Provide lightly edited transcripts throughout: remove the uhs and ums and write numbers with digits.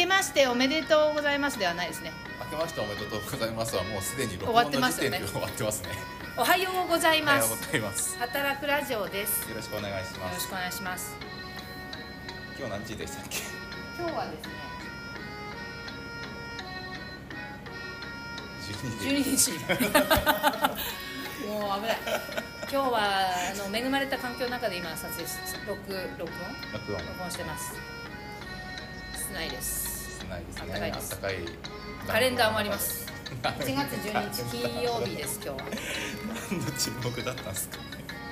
ましておめでとうございますではないですね。 明けましておめでとうございますはもうすでに録終わっ音てますよねの時点で終わってますね。 おはようございおはようます。 ございます。 働くラジオです。 よろしくお願いしますよろしくお願いします。 今日何時でしたっけ？ 今日はですね 12時 12時もう危ない。今日は恵まれた環境の中で今撮影し録音してます。室内です。 ないですね。 暖かいです。 暖かいカレンダーもあります。1月12日金曜日です。今日は何の沈黙だったんですかね。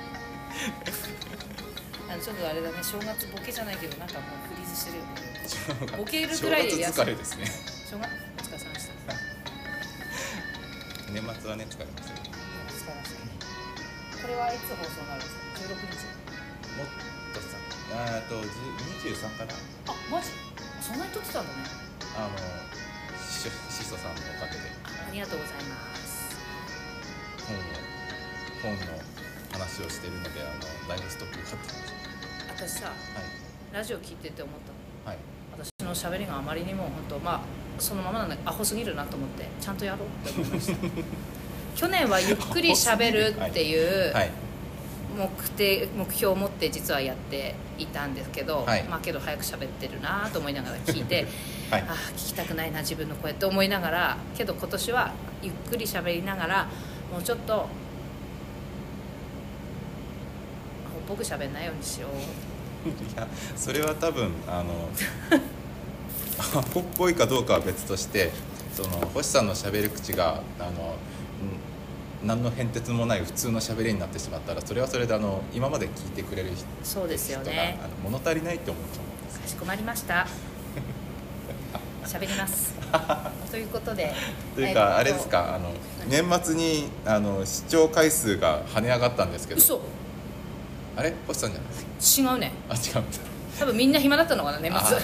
ちょっとあれだね、正月ボケじゃないけどなんかもうフリーズしてるよね。ボケるくらいで正月疲れですね。 正月お疲れ様でした。 年末はね疲れますよね。 お疲れ様でしたね。これはいつ放送になるんですか？16日。 もっとさ23かな。 あ、マジ？そんなに撮ってたんだね。 シソさんのおかげでありがとうございます。 本の話をしているのでだいぶストックがかってます。 私さ、ラジオ聞いてて思ったの。 はい。 私の喋りがあまりにも本当そのままなんだけどアホすぎるなと思ってちゃんとやろうって思いました。去年はゆっくり喋るっていう目標を持って実はやっていたんですけど、けど早く喋ってるなと思いながら聞いて、聞きたくないな自分の声って思いながら、けど今年はゆっくり喋りながらもうちょっとアホっぽく喋んないようにしよう。 いやそれは多分アホっぽいかどうかは別として、星さんの喋り口が何の変哲もない普通の喋りになってしまったら、それはそれで今まで聞いてくれる人がそうですよね、 物足りないって思うと思うんです。 かしこまりました喋りますということでというか、あれですか、年末に視聴回数が跳ね上がったんですけど。 嘘。 あれ星さんじゃない？ 違うね。 あ、違うんだ。 多分みんな暇だったのかな年末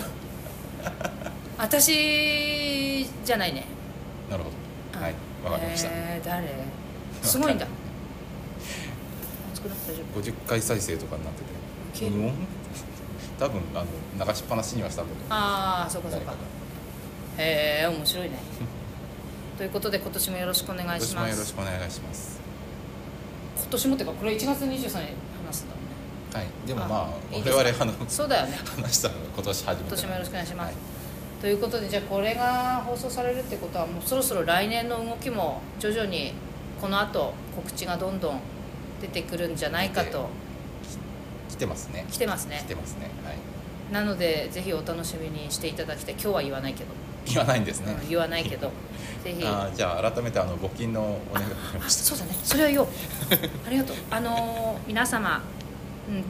私じゃないね。 なるほど、はい、わかりました。 誰？すごいんだ少なくて大丈夫。 50回再生とかになってて、多分流しっぱなしにはしたんだと思う。 ああ、そうかそうか。へえ、面白いねということで今年もよろしくお願いします。 今年もよろしくお願いします。 今年もってかこれ1月23日話すんだもんね。 はい、でもいい我々 そうだよね話したのが今年初めて。 今年もよろしくお願いします、ということで、じゃあこれが放送されるってことはもうそろそろ来年の動きも徐々にこの後告知がどんどん出てくるんじゃないかと。 来てますね。 来てますね。 来てますね。はい。 なのでぜひお楽しみにしていただきたい。今日は言わないけど。 言わないんですね。 言わないけどぜひ。 じゃあ改めて募金のお願いします。 そうだね。それは言おうありがとう。皆様今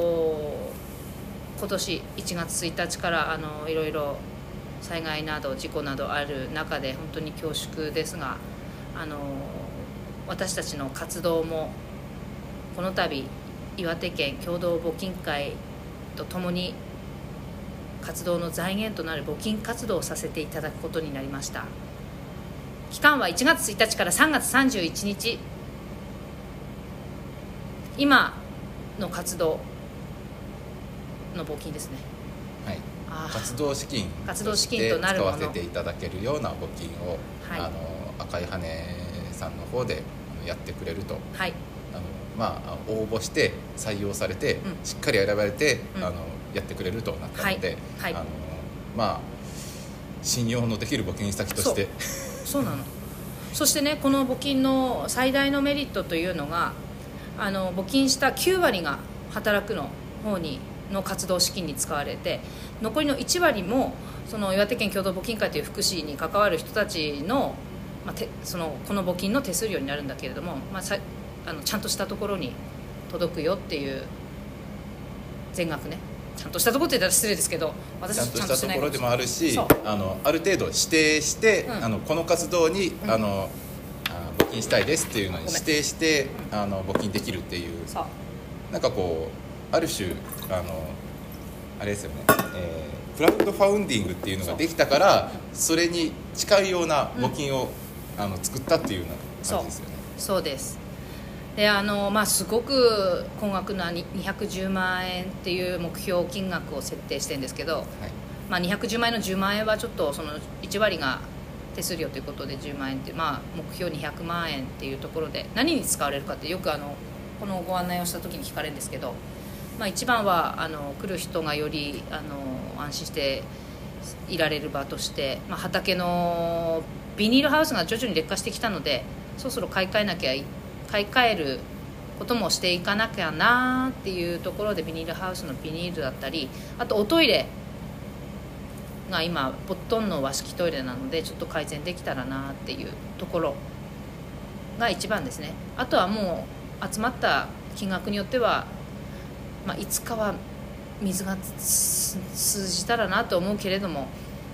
年1月1日からいろいろ災害など事故などある中で本当に恐縮ですが、私たちの活動もこの度岩手県共同募金会とともに活動の財源となる募金活動をさせていただくことになりました。期間は1月1日から3月31日。今の活動の募金ですね。 はい。活動資金となるもの使わせていただけるような募金を、赤い羽さんの方でやってくれると、応募して採用されて、しっかり選ばれて、やってくれるとなったので、信用のできる募金先としてそうなの。そしてね、この募金の最大のメリットというのが募金した9割が働くの方の活動資金に使われて、残りの1割もその岩手県共同募金会という福祉に関わる人たちの、この募金の手数料になるんだけれども、ちゃんとしたところに届くよっていう全額ね。ちゃんとしたところって言ったら失礼ですけど、私たちちゃんとしたところでもあるし、ある程度指定して、この活動に、募金したいですっていうのに指定して募金できるっていう、なんかこうある種あれですよね、クラウドファウンディングっていうのができたから、それに近いような募金を、作ったっていうような感じですよね。 そうです。ですごく高額な210万円っていう目標金額を設定してるんですけど、 まあ、210万円の10万円はちょっとその1割が手数料ということで10万円って、まあ、目標200万円っていうところで何に使われるかってよくこのご案内をした時に聞かれるんですけど、まあ、一番は来る人がより安心していられる場として、まあ、畑のビニールハウスが徐々に劣化してきたのでそろそろ買い替えることもしていかなきゃなっていうところでビニールハウスのビニールだったり、あとおトイレが今ボットンの和式トイレなのでちょっと改善できたらなっていうところが一番ですね。あとはもう集まった金額によっては、まあ、いつかは水が通じたらなと思うけれども、まあ、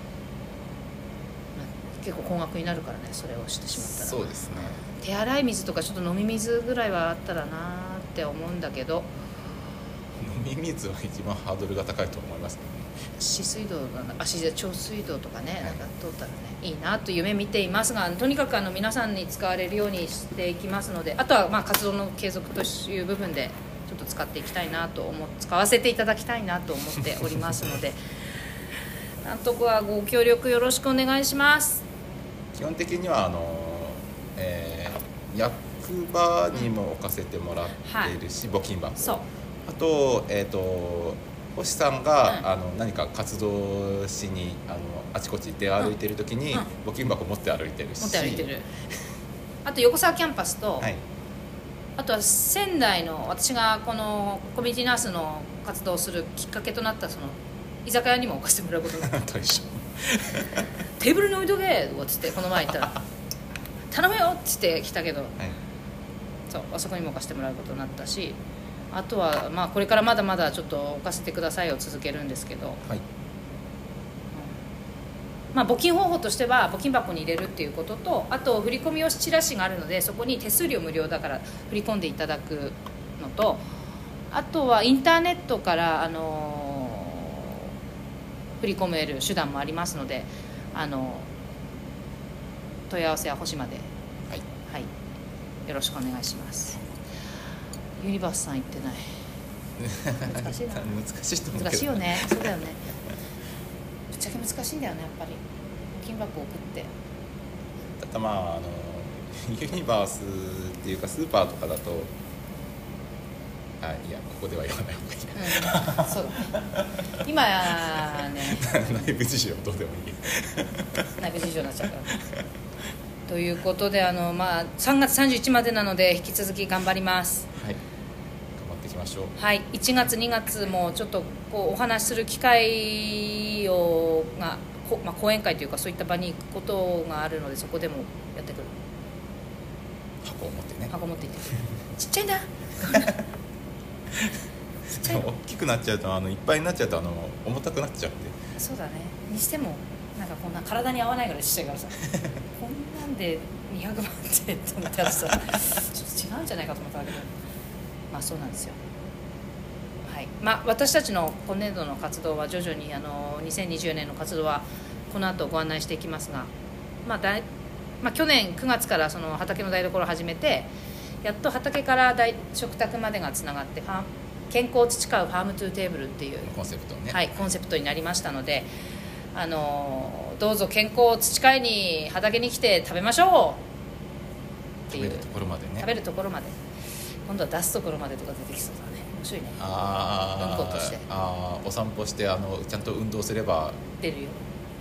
結構高額になるからね、それをしてしまったら。 そうですね。 手洗い水とかちょっと飲み水ぐらいはあったらなって思うんだけど、 飲み水は一番ハードルが高いと思いますけどね。 止水道長水道とかね、なんか通ったらねいいなと夢見ていますが、とにかく皆さんに使われるようにしていきますので、あとはまあ活動の継続という部分でちょっと使っていきたいなと使わせていただきたいなと思っておりますのでなんとかご協力よろしくお願いします。 基本的には役場にも置かせてもらっているし、募金箱、 そう、 あと星さんが、何か活動しにあちこち出歩いてる時に、募金箱持って歩いてるし、あと横沢キャンパスと、はい、あとは仙台の私がこのコミュニティナースの活動をするきっかけとなったその居酒屋にも置かせてもらうことになったテーブルに置いとけとかっつってこの前言ったら頼むよっつって来たけど、はい、そうあそこにも置かせてもらうことになったし、あとはまあこれからまだまだちょっと置かせてくださいを続けるんですけど、はい、まあ、募金方法としては募金箱に入れるっていうことと、あと振り込み用チラシがあるのでそこに手数料無料だから振り込んでいただくのと、あとはインターネットから振り込める手段もありますので問い合わせは星まで、はいはい、よろしくお願いします。ユニバースさん行ってない難しいな難しいと思うけど難しいよね。そうだよね、ぶっちゃけ難しいんだよねやっぱり募金箱送って。 ただまあユニバースっていうかスーパーとかだといやここでは言わない方がいい、 そうだね今ね内部事情どうでもいい内部事情になっちゃうからということでまあ、3月31日までなので引き続き頑張ります。 はい、頑張っていきましょう。 はい、1月2月もちょっとこうお話しする機会まあ、講演会というかそういった場に行くことがあるのでそこでもやってくる。 箱を持ってね。 箱持って行ってちっちゃいんだ大きくなっちゃうといっぱいになっちゃうと重たくなっちゃうんで。 そうだね。にしてもなんかこんな体に合わないぐらいちっちゃいからさこんなんで200万ってと思ったらさちょっと違うんじゃないかと思ったんだけど、まあそうなんですよ。はい、まあ、私たちの今年度の活動は徐々に2020年の活動はこの後ご案内していきますが、まあ去年9月からその畑の台所を始めてやっと畑から食卓までがつながって健康を培うファームトゥーテーブルっていうコンセプトね、 はい、コンセプトになりましたのでどうぞ健康を培いに畑に来て食べましょうっていう食べるところまでね。 食べるところまで、今度は出すところまでとか出てきそうだね。面白いね。うんことしてお散歩してちゃんと運動すれば出るよ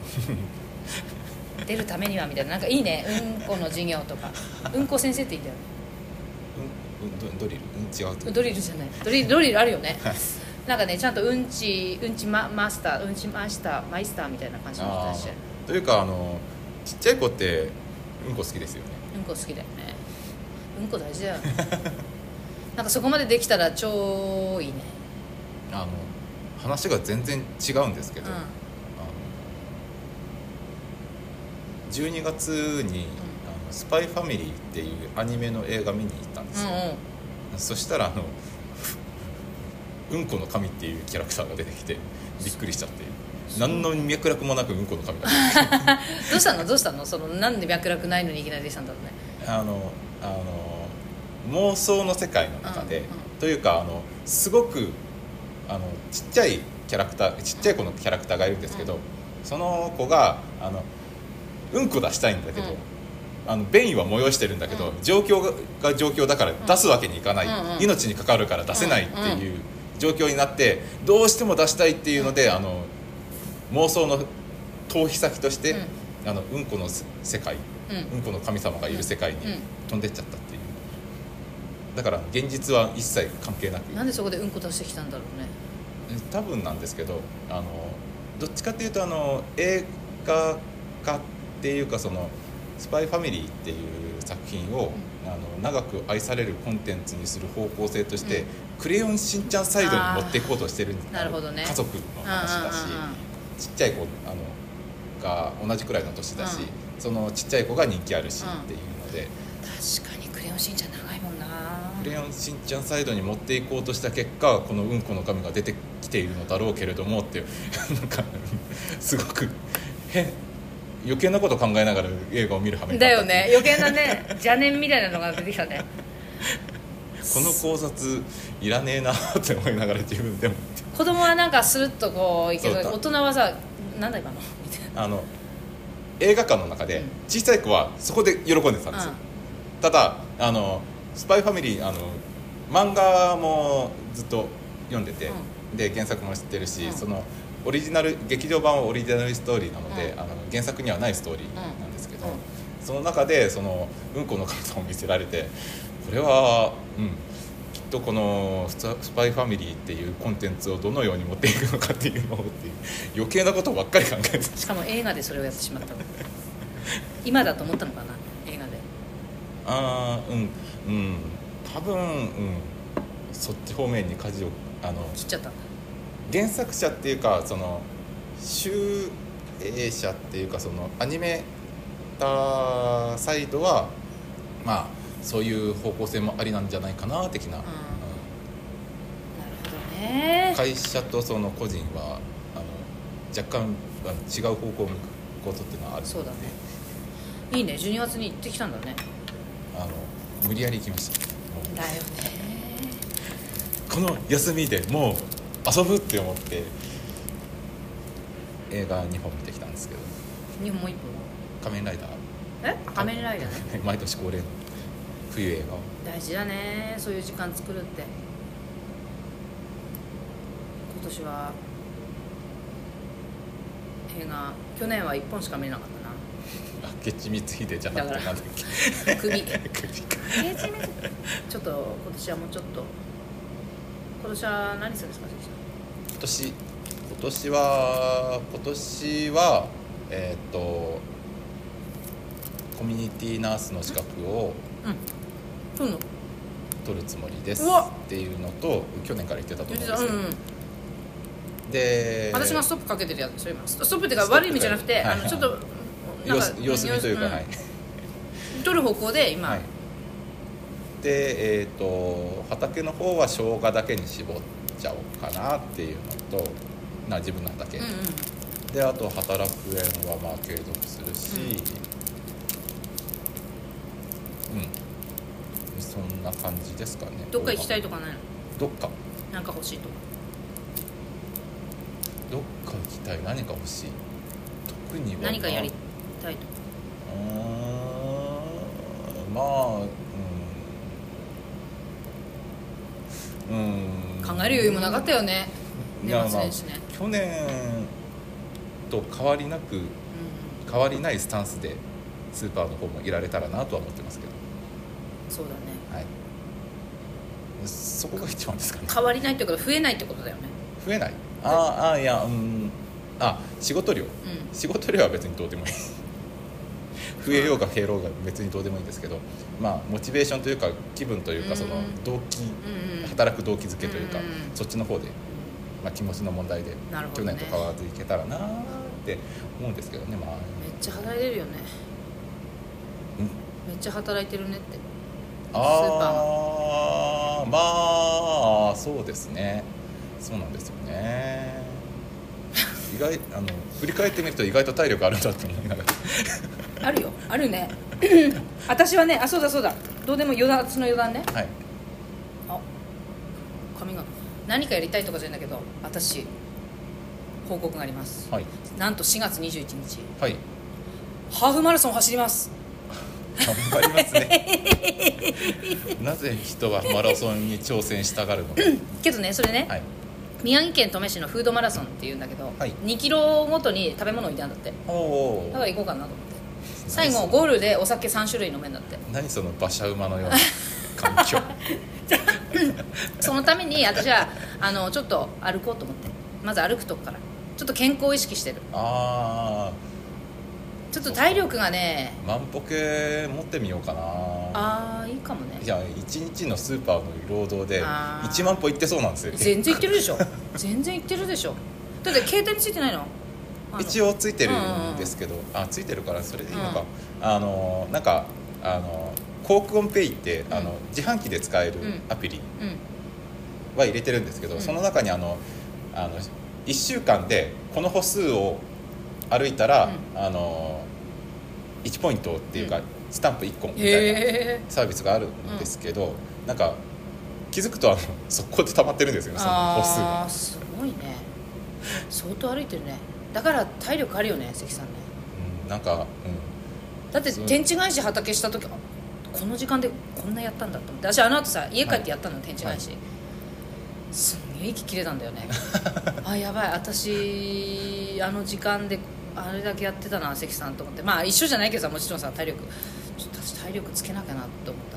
出るためにはみたいな、なんかいいね。うんこの授業とかうんこ先生っていいんだよ。 ドリル、違うとドリルじゃないドリルあるよねなんかねちゃんとうんちマスターマイスターみたいな感じの人たちというかちっちゃい子ってうんこ好きですよね。 うんこ好きだよね。うんこ大事だよねなんかそこまでできたら超いいね。 話が全然違うんですけど、12月にスパイファミリーっていうアニメの映画見に行ったんですよ、そしたらうんこの神っていうキャラクターが出てきてびっくりしちゃって、何の脈絡もなくうんこの神がどうしたのなんで脈絡ないのにいきなりできたんだろうね。 妄想の世界の中で、というかすごくちっちゃいキャラクター、ちっちゃい子のキャラクターがいるんですけど、その子がうんこ出したいんだけど、便意は催してるんだけど、状況が状況だから出すわけにいかない、命に関わるから出せないっていう状況になって、どうしても出したいっていうので、妄想の逃避先として、うんこの世界、うんこの神様がいる世界に飛んでっちゃったっていう。だから現実は一切関係なく、 なんでそこでうんこ出してきたんだろうね。 多分なんですけど、どっちかっていうと映画化っていうか、そのスパイファミリーっていう作品を、長く愛されるコンテンツにする方向性として、クレヨンしんちゃんサイドに持っていこうとしてるんです。 なるほどね。 家族の話だし、ちっちゃい子が同じくらいの年だし、そのちっちゃい子が人気あるしっていうので、 確かにクレヨンしんちゃん長いもんな。 クレヨンしんちゃんサイドに持っていこうとした結果、このうんこの神が出てきているのだろうけれどもっていうなんかすごく余計なこと考えながら映画を見る羽目になっただよね。余計なね邪念みたいなのが出てきたね。 この考察いらねえなって思いながら自分でも、 子供はなんかスルッとこういけど、大人はさ、なんだ今のみたいな。 映画館の中で小さい子はそこで喜んでたんですよ、ただスパイファミリー漫画もずっと読んでて、で原作も知ってるし、そのオリジナル劇場版はオリジナルストーリーなので、原作にはないストーリーなんですけど、その中でそのうんこの神様を見せられて、これは、きっとこのスパイファミリーっていうコンテンツをどのように持っていくのかっていうのをっていう余計なことばっかり考えて、 しかも映画でそれをやってしまったの今だと思ったのかな、映画で。 多分、そっち方面に舵を切っちゃったんだ。 原作者っていうか、その集英社っていうか、そのアニメーターサイドはまあそういう方向性もありなんじゃないかな的な、 なるほどね。 会社とその個人は若干違う方向を向くことっていうのはあるので。 そうだね。いいね、12月に行ってきたんだね。 無理やり行きました。 だよね。 この休みでもう遊ぶって思って映画2本見てきたんですけど、 2本も1 本仮面ライダー、 仮面ライダーね毎年恒例の冬映画大事だね、そういう時間作るって。今年は映画、去年は1本しか見なかったな。 明智光秀じゃなくてなんだっけ首ちょっと今年はもうちょっと、今年は何するんですか。 今年はコミュニティナースの資格を取るつもりですっていうのと、去年から言ってたと思うんですけど、で私がストップかけてるやつ、ストップっていうか悪い意味じゃなくて、ちょっとなんか様子見というか、 取る方向で今、 で畑の方は生姜だけに絞っちゃおうかなっていうのと、自分の畑、であと働く園はまあ継続するし、そんな感じですかね。 どっか行きたいとかないの？ どっかなんか欲しいとか。 どっか行きたい、何か欲しい、特には何かやりたいとか。考える余裕もなかったよね、年末年始ね。 去年と変わりないスタンスでスーパーの方もいられたらなとは思ってますけど。 そうだね、 そこが一番ですかね。 変わりないってことは増えないってことだよね。 増えない、仕事量、仕事量は別にどうでもいい増えようが減ろうが別にどうでもいいんですけど、モチベーションというか気分というか、その動機、働く動機づけというか、そっちの方で、気持ちの問題で、去年と変わらずいけたらなって思うんですけどね。めっちゃ働いてるよね。めっちゃ働いてるねって。 そうですね、そうなんですよね。意外振り返ってみると意外と体力あるんだって思いながらあるよ、あるね私はね、そうだどうでも私の余談ね。髪が何かやりたいとかじゃないんだけど、私報告があります、 はい、 なんと4月21日、 はい、 ハーフマラソン走ります。 頑張りますねなぜ人はマラソンに挑戦したがるのかけどね、それね、はい、宮城県登米市のフードマラソンっていうんだけど、はい、2キロごとに食べ物を置いてあるんだって。だから行こうかなと思って、最後ゴールでお酒3種類飲めんだって。 何その馬車馬のような環境そのために私はちょっと歩こうと思って、まず歩くとこからちょっと健康を意識してる。 ああ、 ちょっと体力がね、 万歩計持ってみようかな。 ああ、いいかもね。 いや、1日のスーパーの労働で1万歩行ってそうなんですよ。 全然行ってるでしょ全然行ってるでしょ。だって携帯についてないの？ 一応ついてるんですけど、ついてるからそれでいいのか、なんかコークオンペイって、自販機で使えるアプリは入れてるんですけど、その中に1週間でこの歩数を歩いたら、1ポイントっていうか、スタンプ1個みたいなサービスがあるんですけど、なんか気づくと速攻で溜まってるんだよね、その歩数が。 すごいね、相当歩いてるね。だから体力あるよね、関さんね。 なんか、 だって天地返し畑した時、この時間でこんなやったんだと思って、私後さ家帰ってやったの、天地返し、すんげえ息切れたんだよねやばい、私時間であれだけやってたな関さんと思って。まあ一緒じゃないけどさ、もちろんさ、体力ちょっと私体力つけなきゃなと思った。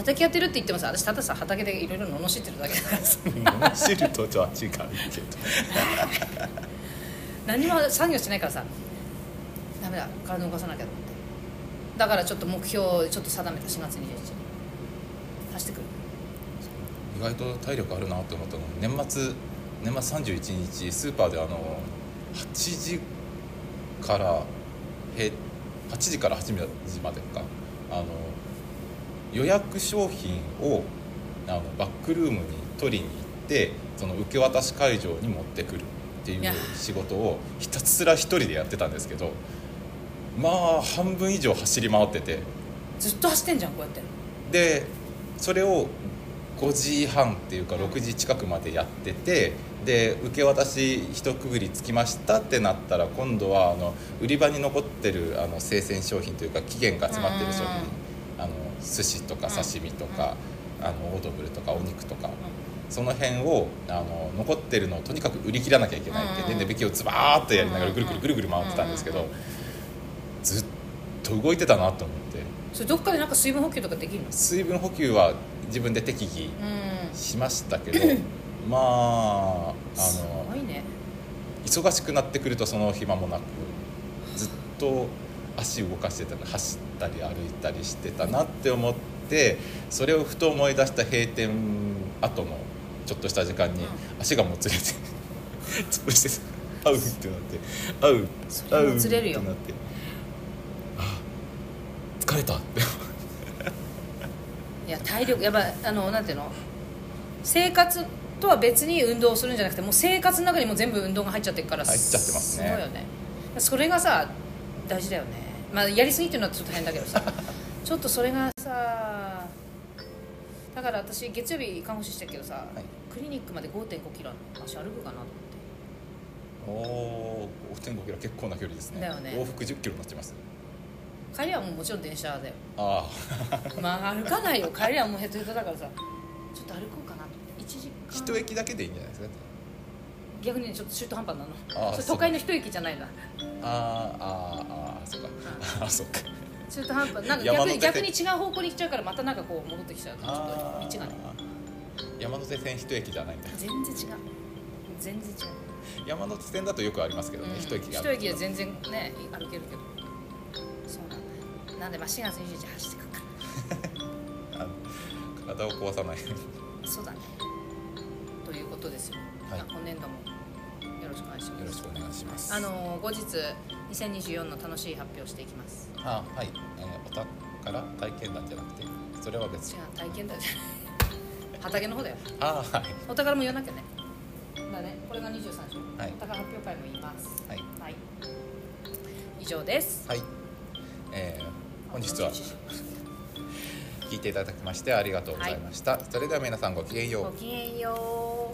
畑やってるって言ってもさ、私たださ畑でいろいろ罵ってるだけだからさ罵るとは違うけど何も作業しないからさ、ダメだ、体動かさなきゃと思って。だからちょっと目標をちょっと定めた。4月21日走ってくる。 意外と体力あるなって思ったの、年末31日スーパーで8時から8時までか、予約商品をバックルームに取りに行って、その受け渡し会場に持ってくるっていう仕事をひたすら一人でやってたんですけど、まあ半分以上走り回ってて、 ずっと走ってんじゃん、こうやって。 でそれを5時半っていうか6時近くまでやってて、で受け渡し一区切りつきましたってなったら、今度は売り場に残ってる生鮮商品というか期限が詰まってる商品、寿司とか刺身とか、オードブルとかお肉とか、その辺を残ってるのをとにかく売り切らなきゃいけないって、で値引きをズバーッとやりながらぐるぐる回ってたんですけど、ずっと動いてたなと思って。 それどっかでなんか水分補給とかできるの？ 水分補給は自分で適宜しましたけど、まあすごいね。 忙しくなってくるとその暇もなく、ずっと足動かしてた、走ったり歩いたりしてたなって思って、それをふと思い出した閉店後のちょっとした時間に足がもつれて潰して合うってなって、合うってなって、疲れたっていや、体力やっぱなんていうの、生活とは別に運動するんじゃなくて、もう生活の中にも全部運動が入っちゃってるから、 入っちゃってますね。 すごいよね。それがさ大事だよね。まあやりすぎっていうのはちょっと大変だけどさちょっとそれがさ、だから私月曜日看護師してるけどさ、はい、クリニックまで 5.5 キロ足歩くかなと思って。 5.5キロ結構な距離ですね。 だよね。 往復10キロになっちゃいます。 帰りはもちろん電車だよ。 まあ歩かないよ、帰りはもうヘトヘトだからさ、ちょっと歩こうかなと。1時間一駅だけでいいんじゃないですか。 逆にちょっと中途半端なの。それ都会の一駅じゃないな。 そうか。そうか。 中途半端なんか逆に違う方向に行っちゃうから、またなんかこう戻ってきちゃうと、ちょっと道がね。 山手線一駅じゃないんだ。 全然違う。 山手線だとよくありますけどね、一駅が。 一駅で全然ね歩けるけど。そうなんだよ。なんで4月21日走ってくるから体を壊さないそうだね、ということですよ、はい、今年度もよろしくお願いします。 よろしくお願いします。 後日2024の楽しい発表をしていきます。 はい、お宝体験談じゃなくて、それは別に。 違う、体験談じゃない畑の方だよ。 はい、お宝も言わなきゃね。だね、これが23章、 はい、 お宝発表会も言います。 はい、 はい、以上です。 はい、本日は聞いていただきましてありがとうございました。それでは皆さんごきげんよう。 ごきげんよう。